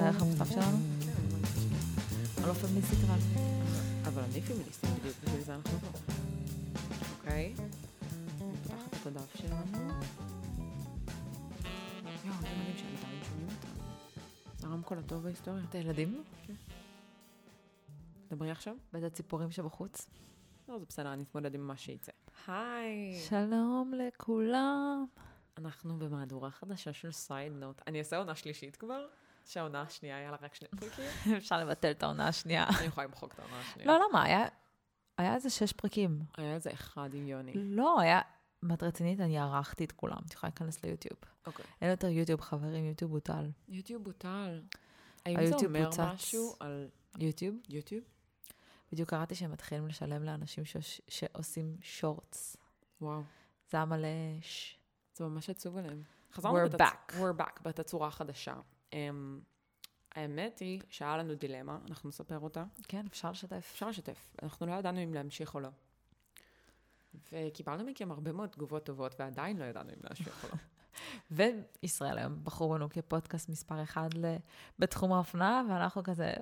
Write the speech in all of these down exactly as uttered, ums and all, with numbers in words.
הערך המוסף שלנו? אני לא פמיניסטית, אבל... אבל אני פמיניסטית, בדיוק בשביל זה אנחנו פה. אוקיי? אני פותחת את הדף שלנו. יואו, זה מדהים שאני תמיד שומעים אותנו. זה הרמקול הטוב בהיסטוריה. את הילדים? כן. דברי עכשיו? ואת הציפורים שבחוץ. לא, זה בסדר, אני אתמודד עם מה שייצא. היי! שלום לכולם. אנחנו במהדורה חדשה של סייד נוט. אני אעשה עונה שלישית כבר, שהעונה השנייה היה לה רק שני פרקים. אפשר לבטל את העונה השנייה. אני יכולה למחוק את העונה השנייה. לא, למה? היה... היה איזה שש פרקים. היה איזה אחד עם יוני. לא, היה... מת רצינית, אני ערכתי את כולם. את יכולה להיכנס ליוטיוב. אוקיי. אין יותר יוטיוב, חברים, יוטיוב בוטל. יוטיוב בוטל. האם זה אומר משהו על יוטיוב? יוטיוב? בדיוק קראתי שהם מתחילים לשלם לאנשים ש... שעושים שורטס. וואו. זה היה מלא... ש... זה ממש עצוב עליהם. חזרנו We're בתצ... back. We're back בתצורה חדשה. Um, האמת היא שהיה לנו דילמה, אנחנו נספר אותה. כן, אפשר לשתף. אפשר לשתף. אנחנו לא ידענו אם להמשיך או לא. וקיבלנו מכם הרבה מאוד תגובות טובות, ועדיין לא ידענו אם להמשיך או לא. וישראל היום בחרו בנו כפודקאסט מספר אחד בתחום האופנה, ואנחנו כזה...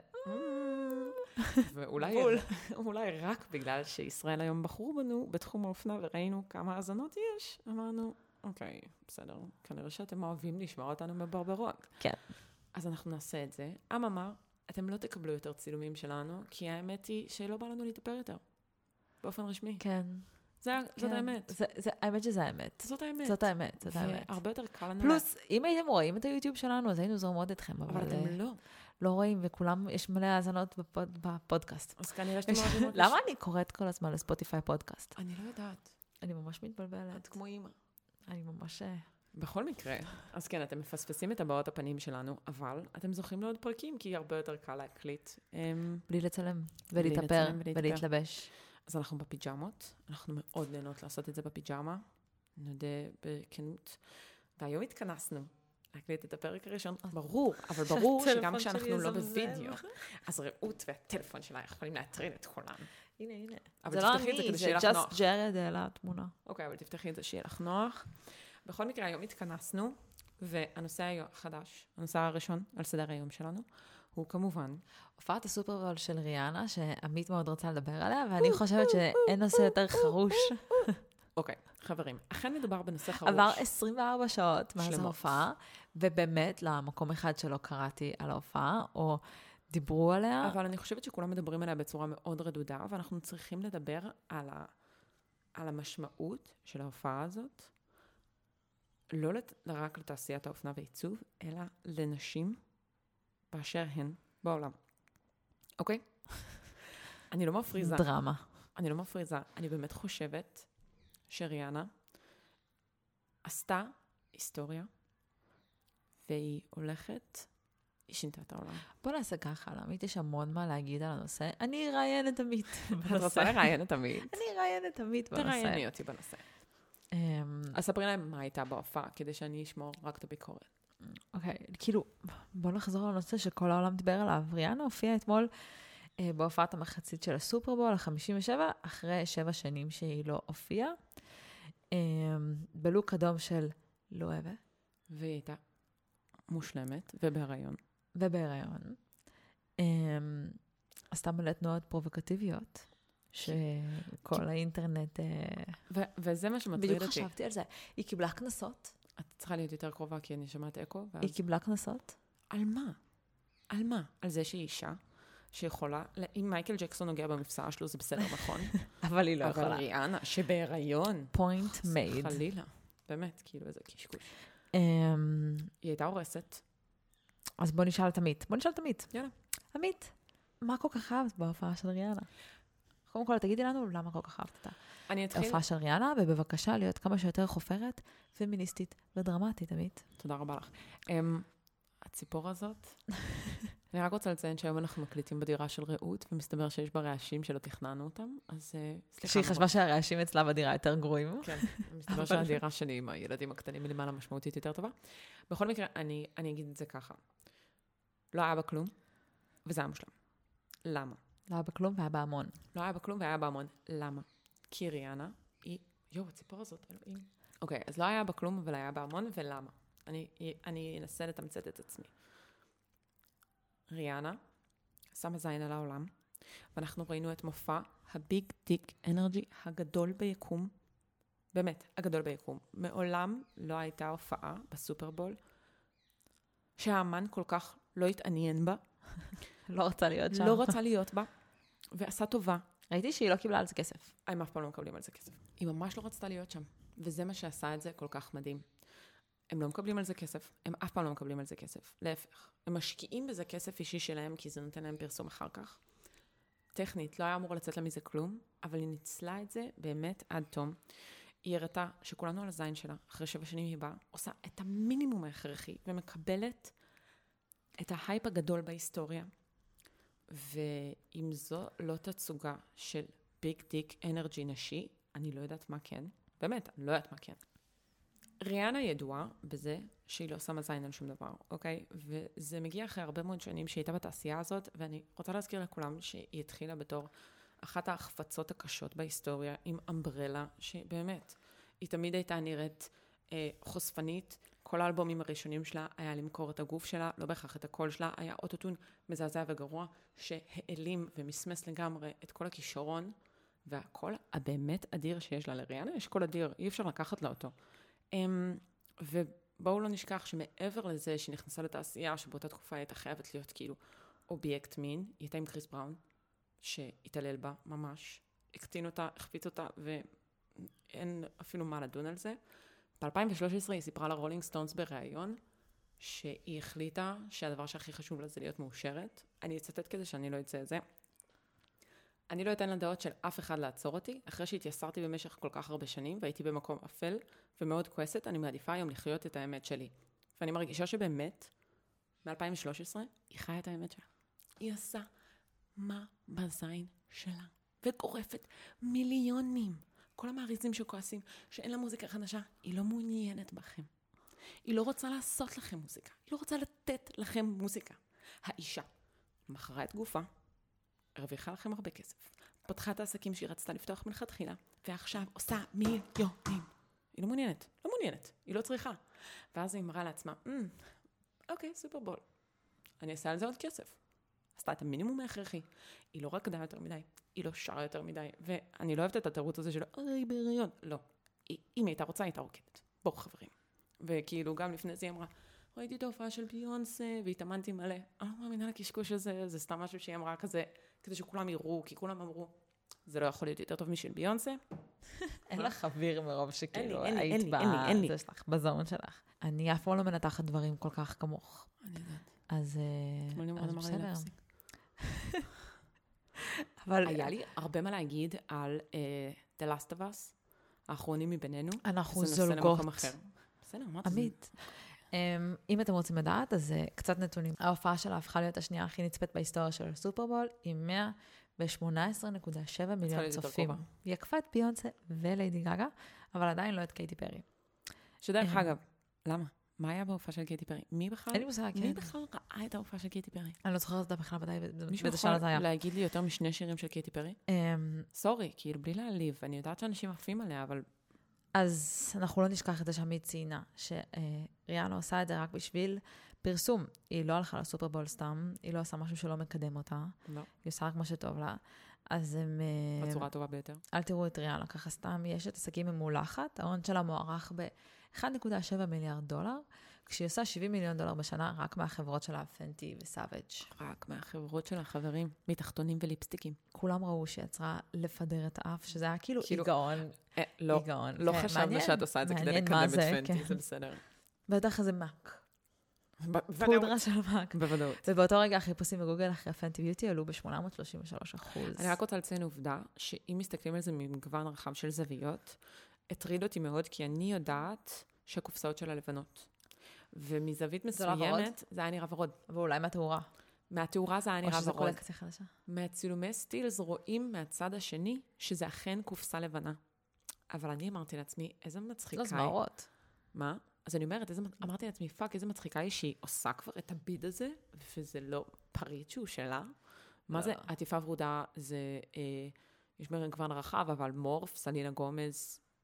ואולי אולי רק בגלל שישראל היום בחרו בנו בתחום האופנה, וראינו כמה האזנות יש, אמרנו, אוקיי, בסדר, כנראה שאתם אוהבים לשמוע אותנו בברברוק. כן. אז אנחנו נעשה את זה. אמר, אתם לא תקבלו יותר צילומים שלנו, כי האמת היא שלא בא לנו להתאפר יותר. באופן רשמי. כן. זה, כן. זאת האמת. זה, זה, האמת שזה האמת. זאת האמת. זאת האמת, זאת האמת. והרבה יותר קל לנו... פלוס, אם הייתם רואים את היוטיוב שלנו, אז היינו זורמות אתכם, אבל... אבל אתם לא. לא רואים, וכולם, יש מלא האזנות בפוד, בפודקאסט. אז כנראה שאתם אוהבים אותי. למה אני קוראת כל הזמן לספוטיפיי פודקאסט? אני לא יודעת. אני ממש מתבלבלת. את כמו אימא. אני ממש... בכל מקרה, אז כן, אתם מפספסים את הבאות הפנים שלנו, אבל אתם זוכים לעוד פרקים, כי הרבה יותר קל להקליט. בלי לצלם, ולהתאפר, ולהתלבש. אז אנחנו בפיג'מות, אנחנו מאוד נהנות לעשות את זה בפיג'מה, נודה בכנות. והיום התכנסנו להקליט את הפרק הראשון, ברור, אבל ברור שגם כשאנחנו לא בווידאו, אז רעות והטלפון שלה יכולים להטריד את כולם. הנה, הנה. זה לא אני, זה just ג'רד העלה התמונה. אוקיי, אבל תפתחי את זה שיהיה לך נוח. בכל מקרה, היום התכנסנו, והנושא החדש, הנושא הראשון על סדר היום שלנו, הוא כמובן... הופעת הסופרבול של ריאנה, שעמית מאוד רוצה לדבר עליה, ואני חושבת שאין נושא יותר חרוש. אוקיי, חברים, אכן מדובר בנושא חרוש. עבר עשרים וארבע שעות מאז ההופעה, ובאמת למקום אחד שלא קראתי על ההופעה, או דיברו עליה. אבל אני חושבת שכולם מדברים עליה בצורה מאוד רדודה, ואנחנו צריכים לדבר על, ה... על המשמעות של ההופעה הזאת, לא רק לתעשיית האופנה ועיצוב, אלא לנשים באשר הן בעולם. אוקיי? אני לא מפריזה. דרמה. אני לא מפריזה. אני באמת חושבת שריאנה עשתה היסטוריה, והיא הולכת, היא שינתה את העולם. בוא נעשה ככה, לעמית יש המון מה להגיד על הנושא. אני אראיין את עמית בנושא. את רוצה לראיין את עמית? אני אראיין את עמית בנושא. תראייני אותי בנושא. אז ספרי להם מה הייתה בהופעה, כדי שאני אשמור רק את הביקורת. אוקיי, כאילו, בוא נחזור לנושא שכל העולם דיבר עליו. ריאנה הופיעה אתמול אה, בהופעת המחצית של הסופרבול, ה-חמישים ושבע, אחרי שבע שנים שהיא לא הופיעה, אה, בלוק אדום של לא אוהבת. והיא הייתה מושלמת ובהיריון. ובהיריון. אה, עשתה מלא תנועות פרובוקטיביות. שכל האינטרנט... וזה מה שמטריד אותי. בדיוק חשבתי על זה. היא קיבלה כנסות. את צריכה להיות יותר קרובה, כי אני שמעת אקו. היא קיבלה כנסות. על מה? על מה? על זה שהיא אישה, שיכולה... אם מייקל ג'קסון נוגע במפסעה שלו, זה בסדר, נכון? אבל היא לא יכולה. אבל ריאנה, שבהיריון... פוינט מייד. חלילה. באמת, כאילו, איזה קשקוש. היא הייתה הורסת. אז בוא נשאל את עמית. בוא נשאל את עמית. יאללה. עמית, מה כל כך אהבת בהופעה של ריאנה? קודם כל, תגידי לנו למה כל כך אהבת אותה. אני אתחיל... ההופעה של ריאנה, ובבקשה להיות כמה שיותר חופרת, פמיניסטית ודרמטית, עמית. תודה רבה לך. הציפור הזאת, אני רק רוצה לציין שהיום אנחנו מקליטים בדירה של רעות, ומסתבר שיש בה רעשים שלא תכננו אותם, אז סליחה. שהיא חשבה שהרעשים אצלה בדירה יותר גרועים. כן, מסתבר שהדירה שלי עם הילדים הקטנים מלמעלה משמעותית יותר טובה. בכל מקרה, אני אגיד את זה ככה. לא היה בה כלום, וזה היה מושלם. למה? לא היה בכלום והיה בהמון. לא היה בכלום והיה בהמון. למה? כי ריאנה היא... יו, הציפור הזאת, אלוהים. אוקיי, אז לא היה בכלום, אבל היה בהמון, ולמה? אני, אני אנסה לתמצת את עצמי. ריאנה שמה זין על העולם, ואנחנו ראינו את מופע הביג דיק אנרגי הגדול ביקום, באמת, הגדול ביקום. מעולם לא הייתה הופעה בסופרבול, שהאמן כל כך לא התעניין בה. לא רצה להיות שם. לא רצה להיות בה, ועשה טובה. ראיתי שהיא לא קיבלה על זה כסף. הם אף פעם לא מקבלים על זה כסף. היא ממש לא רצתה להיות שם, וזה מה שעשה את זה כל כך מדהים. הם לא מקבלים על זה כסף, הם אף פעם לא מקבלים על זה כסף. להפך, הם משקיעים בזה כסף אישי שלהם, כי זה נותן להם פרסום אחר כך. טכנית, לא היה אמור לצאת לה מזה כלום, אבל היא ניצלה את זה באמת עד תום. היא הראתה שכולנו על הזין שלה, אחרי שבע שנים היא באה, עושה את המינימום ההכרחי, ומקבלת את ההייפ הגדול בהיסטוריה. ואם זו לא תצוגה של ביג דיק אנרגי נשי, אני לא יודעת מה כן. באמת, אני לא יודעת מה כן. ריאנה ידועה בזה שהיא לא שמה זין על שום דבר, אוקיי? וזה מגיע אחרי הרבה מאוד שנים שהיא הייתה בתעשייה הזאת, ואני רוצה להזכיר לכולם שהיא התחילה בתור אחת ההחפצות הקשות בהיסטוריה עם אמברלה, שבאמת, היא תמיד הייתה נראית אה, חושפנית. כל האלבומים הראשונים שלה היה למכור את הגוף שלה, לא בהכרח את הקול שלה, היה אוטוטון מזעזע וגרוע, שהעלים ומסמס לגמרי את כל הכישרון, והקול הבאמת אדיר שיש לה. לריאנה יש קול אדיר, אי אפשר לקחת לה אותו. ובואו לא נשכח שמעבר לזה שהיא נכנסה לתעשייה, שבאותה תקופה היא הייתה חייבת להיות כאילו אובייקט מין, היא הייתה עם קריס בראון, שהתעלל בה ממש, הקטין אותה, החפיץ אותה, ואין אפילו מה לדון על זה. ב-אלפיים ושלוש עשרה היא סיפרה לרולינג סטונס בריאיון, שהיא החליטה שהדבר שהכי חשוב לה זה להיות מאושרת. אני אצטט כזה שאני לא אצא את זה. אני לא אתן לדעות של אף אחד לעצור אותי, אחרי שהתייסרתי במשך כל כך הרבה שנים, והייתי במקום אפל ומאוד כועסת, אני מעדיפה היום לחיות את האמת שלי. ואני מרגישה שבאמת, ב-אלפיים ושלוש עשרה, היא חיה את האמת שלה. היא עושה מה בזין שלה, וגורפת מיליונים. כל המעריצים שכועסים, שאין לה מוזיקה חדשה, היא לא מעוניינת בכם. היא לא רוצה לעשות לכם מוזיקה, היא לא רוצה לתת לכם מוזיקה. האישה מכרה את גופה, הרוויחה לכם הרבה כסף, פתחה את העסקים שהיא רצתה לפתוח מלכתחילה, ועכשיו עושה מיליונים. היא לא מעוניינת, לא מעוניינת, היא לא צריכה. ואז היא אמרה לעצמה, אוקיי, סופרבול, אני אעשה על זה עוד כסף. עשתה את המינימום ההכרחי. היא לא רקדה יותר מדי, היא לא שרה יותר מדי, ואני לא אוהבת את התירוץ הזה שלו, אוי, בהיריון. לא. היא, אם היא הייתה רוצה, הייתה רוקדת. בואו חברים. וכאילו גם לפני זה היא אמרה, ראיתי את ההופעה של ביונסה, והתאמנתי מלא. אני לא מאמינה לקשקוש הזה, זה סתם משהו שהיא אמרה כזה, כדי שכולם יראו, כי כולם אמרו, זה לא יכול להיות יותר טוב משל ביונסה. אין לך אוויר מרוב שכאילו אין לי, היית אין לי, אין לי, אין לי. בזה שלך, בזון שלך. אני אף פעם לא מנתחת דברים כל כך כמוך. אני יודעת. אז אז בסדר. אבל היה לי הרבה מה להגיד על uh, The Last of Us, האחרונים מבינינו. אנחנו זה זולגות. נושא למקום אחר. בסדר, מה זה? עמית. Um, אם אתם רוצים לדעת, אז uh, קצת נתונים. ההופעה שלה הפכה להיות השנייה הכי נצפית בהיסטוריה של הסופרבול, עם מאה ושמונה עשרה נקודה שבע מיליון צופים. היא עקפה את ביונסה וליידי גגה, אבל עדיין לא את קייטי פרי. שדרך אגב, למה? מה היה בהופעה של קייטי פרי? מי בכלל? אין לי מושג, מי בכלל ראה את ההופעה של קייטי פרי? אני לא זוכרת אותה בכלל מתי, מישהו באיזה שנה זה היה. יכול להגיד לי יותר משני שירים של קייטי פרי? סורי, כאילו בלי להעליב, אני יודעת שאנשים עפים עליה, אבל... אז אנחנו לא נשכח את זה שעמית ציינה, שריאנה עושה את זה רק בשביל פרסום. היא לא הלכה לסופרבול סתם, היא לא עושה משהו שלא מקדם אותה. לא. היא עושה רק מה שטוב לה. אז הם... בצורה הטובה ביותר. אל תראו את ריאנה, ככה סתם יש את עסקים ממולחת, ההון שלה מוערך ב-אחד נקודה שבע מיליארד דולר, כשהיא עושה שבעים מיליון דולר בשנה, רק מהחברות שלה, פנטי וסאביג'. רק מהחברות שלה, חברים, מתחתונים וליפסטיקים. כולם ראו שיצרה לפדר את האף, שזה היה כאילו איגאון. לא, איגאון. לא חשבנו שאת עושה את זה כדי לקדם את פנטי, זה בסדר. בטח זה מק. פודרה של מק. בוודאות. ובאותו רגע החיפושים בגוגל אחרי פנטי ביוטי עלו ב-שמונה מאות שלושים ושלושה אחוז. אני רק רוצה לציין עובדה, שאם מסתכלים על זה ממגוון רחב של זוויות, הטריד אותי מאוד, כי אני יודעת שהקופסאות שלה לבנות. ומזווית מסוימת, זה היה נראה ורוד. ואולי מהתאורה. מהתאורה זה היה נראה ורוד. או שזה קולקציה חדשה. מהצילומי סטילס רואים מהצד השני, שזה אכן קופסה לבנה. אבל אני אמרתי לעצמי, איזה מצחיקה היא. לא זמרות. מה? אז אני אומרת, איזה, אמרתי לעצמי, פאק, איזה מצחיקה היא שהיא עושה כבר את הביד הזה, וזה לא פריט שהוא שלה. מה זה? עטיפה ורודה זה, אה, יש מגוון רחב, אבל מורף, סלינה גומז,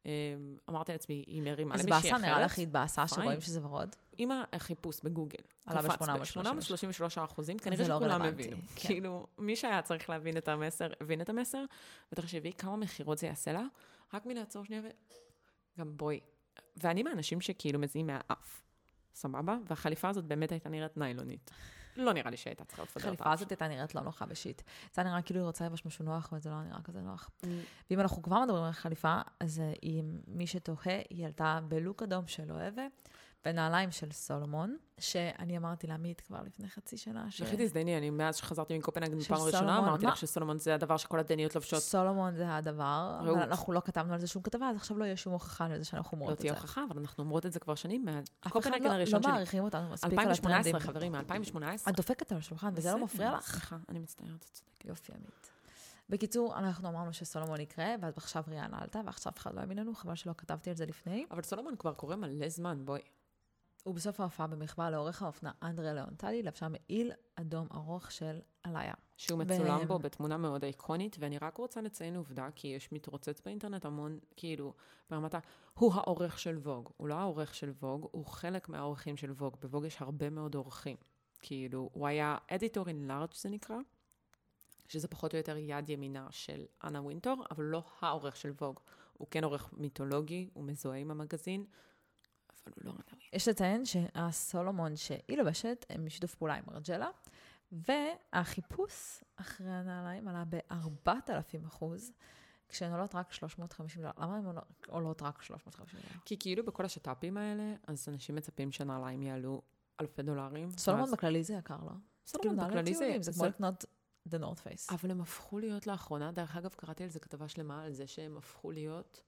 אמרתי לעצמי, היא מרימה אז למישהי באסה נראה אחרת. לך התבאסה שרואים שזה ורוד? עם החיפוש בגוגל. עלה ב-שמונה מאות שלושים ושלושה אחוזים, כנראה זה לא שכולם רלוונטי, הבינו. כן. כאילו, מי שהיה צריך להבין את המסר, הבין את המסר, ותחשבי כמה מחירות זה יעשה לה, רק מלעצור שנייה ו... גם בואי. ואני מהאנשים שכאילו מזיעים מהאף. סבבה? והחליפה הזאת באמת הייתה נראית ניילונית. לא נראה לי שהייתה צריכה לפדר את האף. החליפה הזאת הייתה נראית לא נוחה בשיט. זה נראה כאילו היא רוצה לבש משהו נוח, אבל זה לא נראה כזה נוח. ואם אנחנו כבר מדברים על חליפה, אז היא, מי שתוהה, היא עלתה בלוק אדום של אוהבה, ונעליים של סולומון, שאני אמרתי לעמית כבר לפני חצי שנה. הכי תזדייני, אני מאז שחזרתי מקופנהגן בפעם הראשונה, אמרתי לך שסולומון זה הדבר שכל הדניות לובשות. סולומון זה הדבר, אבל אנחנו לא כתבנו על זה שום כתבה, אז עכשיו לא יהיה שום הוכחה לזה שאנחנו אומרות את זה. לא תהיה הוכחה, אבל אנחנו אומרות את זה כבר שנים, מקופנהגן הראשון שלי. לא מעריכים אותנו מספיק על אלפיים ושמונה עשרה, הטרנדים. חברים, אלפיים ושמונה עשרה. את דופקת על השולחן, וזה לא מפריע לך? סליחה, אני מצטערת, את צודקת. יופי, עמית. בקיצור, אנחנו אמרנו שסולומון יקרה, ואז עכשיו ריאנה עלתה, ועכשיו אף אחד לא האמין לנו, חבל שלא כתבתי על זה לפני. אבל סולומון כבר קורה מלא זמן, בואי. הוא בסוף ההופעה במחווה לאורך האופנה אנדרה לאונטלי, לבשה מעיל אדום ארוך של אליה. שהוא מצולם בו בתמונה מאוד איקונית, ואני רק רוצה לציין עובדה, כי יש מתרוצץ באינטרנט המון, כאילו, ברמתה, הוא העורך של ווג. הוא לא העורך של ווג, הוא חלק מהעורכים של ווג. בווג יש הרבה מאוד עורכים. כאילו, הוא היה editor in large, זה נקרא, שזה פחות או יותר יד ימינה של אנה וינטור, אבל לא העורך של ווג. הוא כן עורך מיתולוגי, הוא מזוהה עם המגזין, אבל הוא לא רנאוי. יש לציין שהסולומון שהיא לובשת הם בשיתוף פעולה עם רג'לה, והחיפוש אחרי הנעליים עלה ב-ארבעת אלפים אחוז, כשהן עולות רק שלוש מאות וחמישים דולר. למה הן עולות רק שלוש מאות וחמישים דולר? כי כאילו בכל השטאפים האלה, אז אנשים מצפים שהנעליים יעלו אלפי דולרים. סולומון בכללי זה יקר, לא? סולומון בכללי זה... זה כמו לקנות The North Face. אבל הם הפכו להיות לאחרונה, דרך אגב קראתי על זה כתבה שלמה, על זה שהם הפכו להיות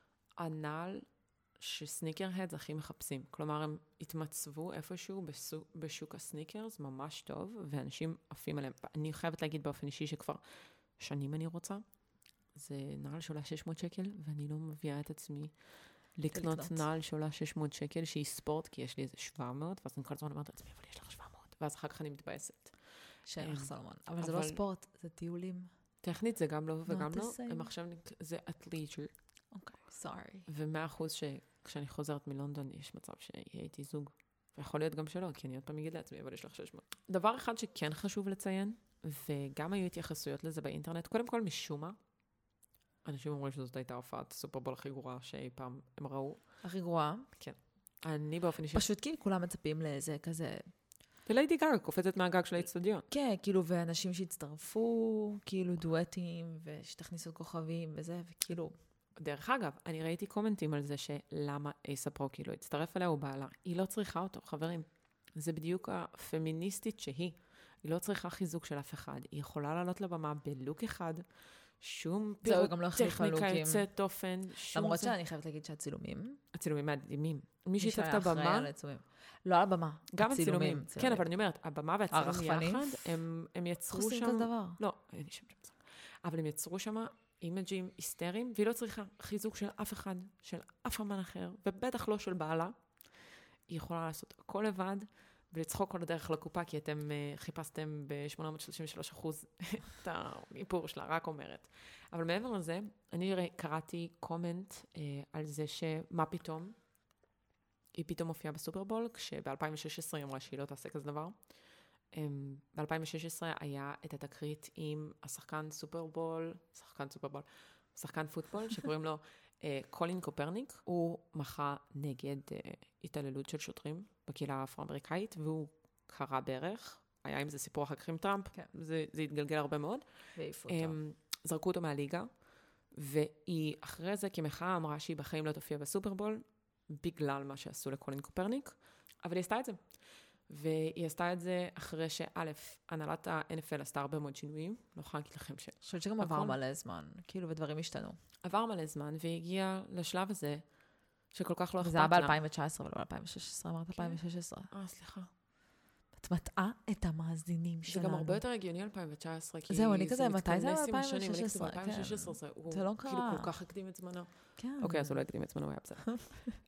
הנעל שסניקר-הדס הכי מחפשים. כלומר, הם התמצבו איפשהו בשוק, בשוק הסניקרס ממש טוב, ואנשים עפים עליהם. אני חייבת להגיד באופן אישי שכבר שנים אני רוצה. זה נעל שעולה שש מאות שקל, ואני לא מביאה את עצמי לקנות נעל שעולה שש מאות שקל, שהיא ספורט, כי יש לי איזה שבע מאות, ואז אני כל הזמן אומרת לעצמי, אבל יש לך שבע מאות, ואז אחר כך אני מתבאסת. שאין לך סולומון. אבל זה לא ספורט, זה טיולים. טכנית זה גם לא וגם לא. הם עכשיו, זה אתליג'ר. אוקיי, סורי. ומאה אחוז שכשאני חוזרת מלונדון, יש מצב שיהיה איתי זוג. ויכול להיות גם שלא, כי אני עוד פעם אגיד לעצמי, אבל יש לך שש מאות. דבר אחד שכן חשוב לציין, וגם היו התייחסויות לזה באינטרנט, קודם כל משום מה, אנשים אומרים שזאת הייתה הופעת סופרבול הכי גרועה שאי פעם הם ראו. הכי גרועה? כן. אני באופן אישי... פשוט כאילו כולם מצפים לזה כזה... וליידי גאגה קופצת מהגג של האצטדיון. כן, כאילו, ואנשים שהצטרפו, כאילו דואטים, ושתכניסו כוכבים וזה, וכאילו... דרך אגב, אני ראיתי קומנטים על זה שלמה אייסאפ רוקי לא הצטרף אליה, הוא בעלה. היא לא צריכה אותו, חברים. זה בדיוק הפמיניסטית שהיא. היא לא צריכה חיזוק של אף אחד. היא יכולה לעלות לבמה בלוק אחד, שום טכניקה יוצאת תופן. למרות שאני חייבת להגיד שהצילומים... הצילומים מדהימים. מי שיצטרף את הבמה... לא על הבמה. גם הצילומים. כן, אבל אני אומרת, הבמה והצילומים יחד, הם יצרו שם... עושים כזה דבר. לא, אין לי שם שם. אבל הם יצרו שם אימג'ים היסטריים, והיא לא צריכה חיזוק של אף אחד, של אף אמן אחר, ובטח לא של בעלה. היא יכולה לעשות הכל לבד, ולצחוק כל הדרך לקופה, כי אתם uh, חיפשתם ב-שמונה מאות שלושים ושלושה אחוז את האיפור שלה, רק אומרת. אבל מעבר לזה, אני קראתי קומנט uh, על זה שמה פתאום, היא פתאום הופיעה בסופרבול, כשב-אלפיים ושש עשרה היא אמרה שהיא לא תעשה כזה דבר. Um, ב-אלפיים ושש עשרה היה את התקרית עם השחקן סופרבול, שחקן סופרבול, שחקן פוטבול, שקוראים לו uh, קולין קופרניק. הוא מחה נגד uh, התעללות של שוטרים בקהילה האפרו-אמריקאית, והוא קרא בערך. היה עם זה סיפור אחר כך עם טראמפ, כן. זה, זה התגלגל הרבה מאוד. והעיפו um, אותו. זרקו אותו מהליגה, והיא אחרי זה כמחאה אמרה שהיא בחיים לא תופיע בסופרבול, בגלל מה שעשו לקולין קופרניק, אבל היא עשתה את זה. והיא עשתה את זה אחרי שא', הנהלת ה-אן אף אל עשתה הרבה מאוד שינויים, לא יכולה להגיד לכם ש... אני חושבת שגם עבר מלא זמן, כאילו, ודברים השתנו. עבר מלא זמן, והיא הגיעה לשלב הזה, שכל כך לא אכפת לה. זה היה ב-אלפיים ותשע עשרה, ולא ב-אלפיים ושש עשרה, אמרת אלפיים ושש עשרה. אה, סליחה. את מטעה את המאזינים שלנו. זה גם הרבה יותר הגיוני אלפיים ותשע עשרה, כי זהו, אני כזה, מתי זה מתכנס עם אלפיים השנים, ושש עשרה? אני כזה ב-אלפיים ושש עשרה, זה לא כאילו קרה. כל כך הקדים את זמנו. כן. אוקיי, אז הוא לא הקדים את זמנו, הוא היה בסדר.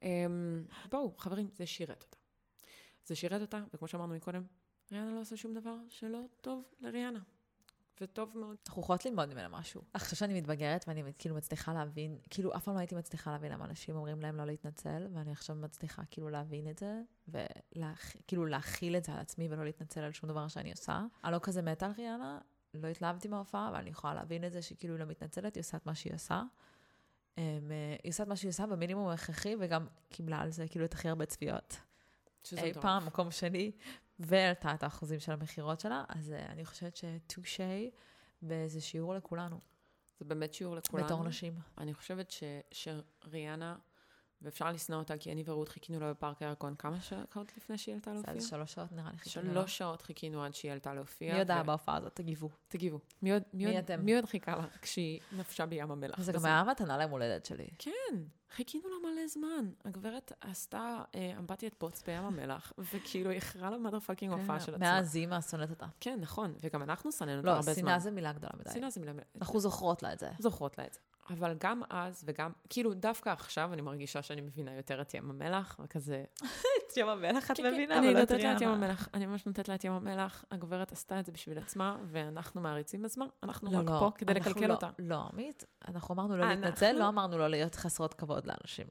בואו, חברים, זה שירת אותה. זה שירת אותה, וכמו שאמרנו מקודם, ריאנה לא עושה שום דבר שלא טוב לריאנה. וטוב מאוד. אנחנו יכולות ללמוד ממנה משהו. עכשיו שאני מתבגרת ואני כאילו מצליחה להבין, כאילו אף פעם לא הייתי מצליחה להבין למה אנשים אומרים להם לא להתנצל, ואני עכשיו מצליחה כאילו להבין את זה, וכאילו להכיל את זה על עצמי ולא להתנצל על שום דבר שאני עושה. אני לא כזה מתה על ריאנה, לא התלהבתי מההופעה, אבל אני יכולה להבין את זה שכאילו היא לא מתנצלת, היא עושה את מה שהיא עושה. היא עושה את מה שהיא עושה במינימום הכרחי, וגם קיבלה על זה כאילו את הכי הרבה צפיות. אי פעם, מקום שני, והעלתה את האחוזים של המחירות שלה, אז אני חושבת שטושי, וזה שיעור לכולנו. זה באמת שיעור לכולנו. בתור נשים. אני חושבת ש, שריאנה, ואפשר לשנוא אותה, כי אני ורות חיכינו לה בפארק הירקון, כמה שעות לפני שהיא עלתה להופיע? זה שלוש שעות נראה לי חיכינו. שלוש שעות חיכינו עד שהיא עלתה להופיע. מי יודע בהופעה הזאת? תגיבו. תגיבו. מי עוד, מי מי עוד, אתם? מי עוד חיכה לה כשהיא נפשה בים המלח? זה גם היה מתנה ליום הולדת שלי. כן, חיכינו לה מלא זמן. הגברת עשתה אמבטיית פוץ בים המלח, וכאילו היא הכרה לה מדר פאקינג הופעה של עצמה. מאז אימא שונאת אותה. כן, נכון, וגם אנחנו שונאנו אותה הרבה זמן. לא, שנאה זה מילה גדולה מדי. שנאה זה מילה... אנחנו זוכרות לה את זה. זוכרות לה את זה. אבל גם אז וגם, כאילו דווקא עכשיו אני מרגישה שאני מבינה יותר את ים המלח, וכזה... את ים המלח את מבינה, אני נותנת לה את ים המלח, אני ממש נותנת לה את ים המלח, הגברת עשתה את זה בשביל עצמה, ואנחנו מעריצים עצמה, אנחנו רק פה כדי לקלקל אותה. לא, עמית, אנחנו אמרנו לא להתנצל, לא אמרנו לא להיות חסרות כבוד לאנשים.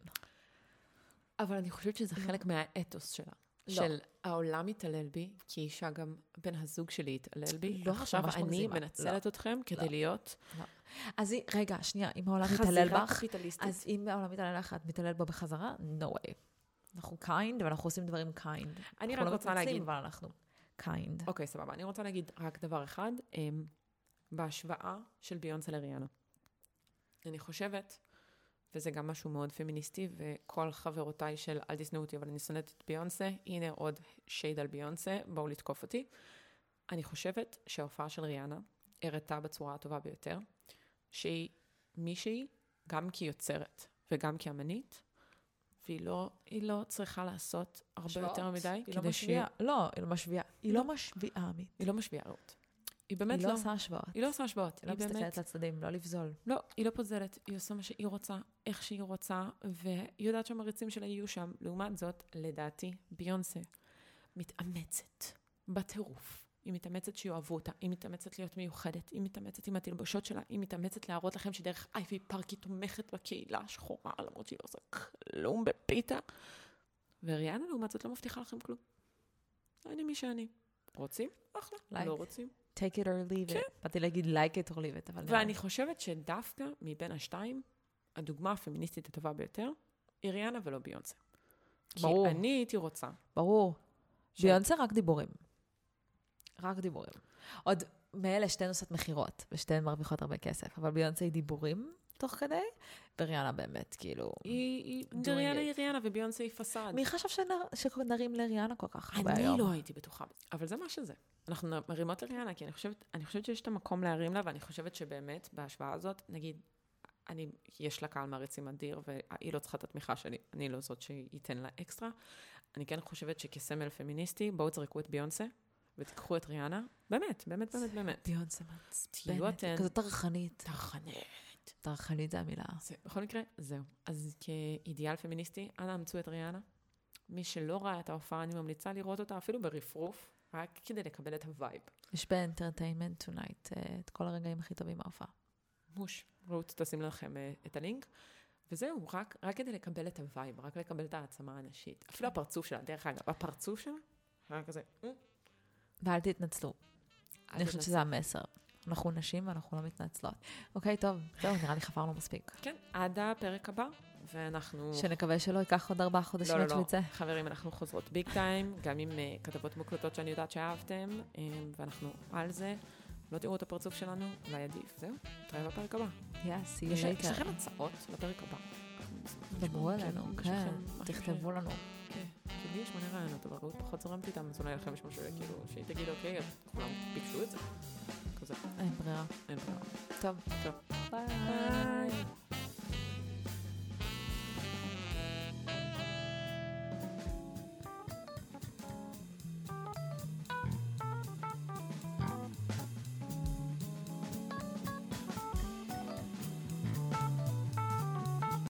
אבל אני חושבת שזה חלק מהאתוס שלה. של העולם מתעלל בי, כי אישה גם בן הזוג שלי התעלל בי, עכשיו אני מנצלת אתכם כדי להיות... אז רגע, שנייה, אם העולם מתעלל בך, אז אם העולם מתעלל לך, את מתעלל בו בחזרה? No way. אנחנו kind, ואנחנו עושים דברים kind. אני רק רוצה להגיד... אבל אנחנו kind. אוקיי, סבבה. אני רוצה להגיד רק דבר אחד, בהשוואה של ביונסה לריאנה. אני חושבת, וזה גם משהו מאוד פמיניסטי, וכל חברותיי של אל תשנאו אותי, אבל אני שונאת את ביונסה, הנה עוד שייד על ביונסה, בואו לתקוף אותי. אני חושבת שההופעה של ריאנה הראתה בצורה הטובה ביותר, שהיא מישהי, גם כיוצרת וגם כאמנית, והיא לא, היא לא צריכה לעשות הרבה שעות. יותר מדי. היא לא משוויעה. ש... לא, היא לא משוויעה. היא לא, לא משוויעה, עמית. היא לא משוויעה, רות. היא באמת היא לא... לא עושה השוואות. היא לא עושה השוואות. היא לא מסתכלת באמת... לצדדים, לא לבזול. לא, היא לא פוזלת. היא עושה מה שהיא רוצה, איך שהיא רוצה, והיא יודעת שהמריצים שלה יהיו שם. לעומת זאת, לדעתי, ביונסה מתאמצת בטירוף. היא מתאמצת שיאהבו אותה, היא מתאמצת להיות מיוחדת, היא מתאמצת עם התלבושות שלה, היא מתאמצת להראות לכם שדרך אייבי פארק היא תומכת בקהילה השחורה, למרות שהיא לא עושה כלום בפיתה. וריאנה לעומת זאת לא מבטיחה לכם כלום. אני מי שאני. רוצים? אחלה. Like, לא רוצים. take it or leave כן. it. באתי להגיד like it or leave it. אבל ואני לא. חושבת שדווקא מבין השתיים, הדוגמה הפמיניסטית הטובה ביותר, היא ריאנה ולא ביונסה. ברור. כי אני הייתי רוצה. ברור. ש... ביונסה רק דיבורים. רק דיבורים. עוד מאלה שתי נוסעות מחירות, ושתיהן מרוויחות הרבה כסף, אבל ביונסה היא דיבורים תוך כדי, וריאנה באמת, כאילו... היא... ריאנה היא ריאנה, וביונסה היא פסד. מי חשב שנרים לריאנה כל כך הרבה היום? אני לא הייתי בטוחה. אבל זה מה שזה. אנחנו מרימות לריאנה, כי אני חושבת, אני חושבת שיש את המקום להרים לה, ואני חושבת שבאמת, בהשוואה הזאת, נגיד, אני, יש לה קהל מעריצים אדיר, והיא לא צריכה את התמיכה שלי, אני לא זאת שייתן לה אקסטרה. אני כן חושבת שכסמל פמיניסטי, בואו תזרקו את ביונסה, ותיקחו את ריאנה. באמת, באמת, באמת, באמת. ביונסה מעצבנת. כזאת טרחנית. טרחנית. טרחנית זה המילה. בכל מקרה, זהו. אז כאידיאל פמיניסטי, אנא אמצו את ריאנה. מי שלא ראה את ההופעה, אני ממליצה לראות אותה אפילו ברפרוף, רק כדי לקבל את הווייב. יש ב-Entertainment Tonight את כל הרגעים הכי טובים מההופעה. מוש. רות, תשים לכם את הלינק. וזהו, רק, רק כדי לקבל את הווייב, רק לקבל את העצמה האנשית. אפילו הפרצוף שלה, דרך אגב, הפרצוף שלה, היה כזה... ואל תתנצלו. אני חושבת שזה המסר. אנחנו נשים ואנחנו לא מתנצלות. אוקיי, טוב. זהו, נראה לי חפרנו מספיק. כן, עד הפרק הבא, ואנחנו... שנקווה שלא ייקח עוד ארבעה חודשים עד שליצא. חברים, אנחנו חוזרות ביג טיים, גם עם כתבות מוקלטות שאני יודעת שאהבתם, ואנחנו על זה. לא תראו את הפרצוף שלנו, אולי עדיף. זהו, נתראה בפרק הבא. יס, יש לכם הצעות לפרק הבא. דברו אלינו, כן. תכתבו לנו. כי לי יש מלא רעיונות, אבל רעות פחות זורמת איתם, אז אולי לכם יש משהו, כאילו, שהיא תגיד, אוקיי, כולם ביקשו את זה. כזה. אין ברירה. אין ברירה. טוב. טוב. ביי.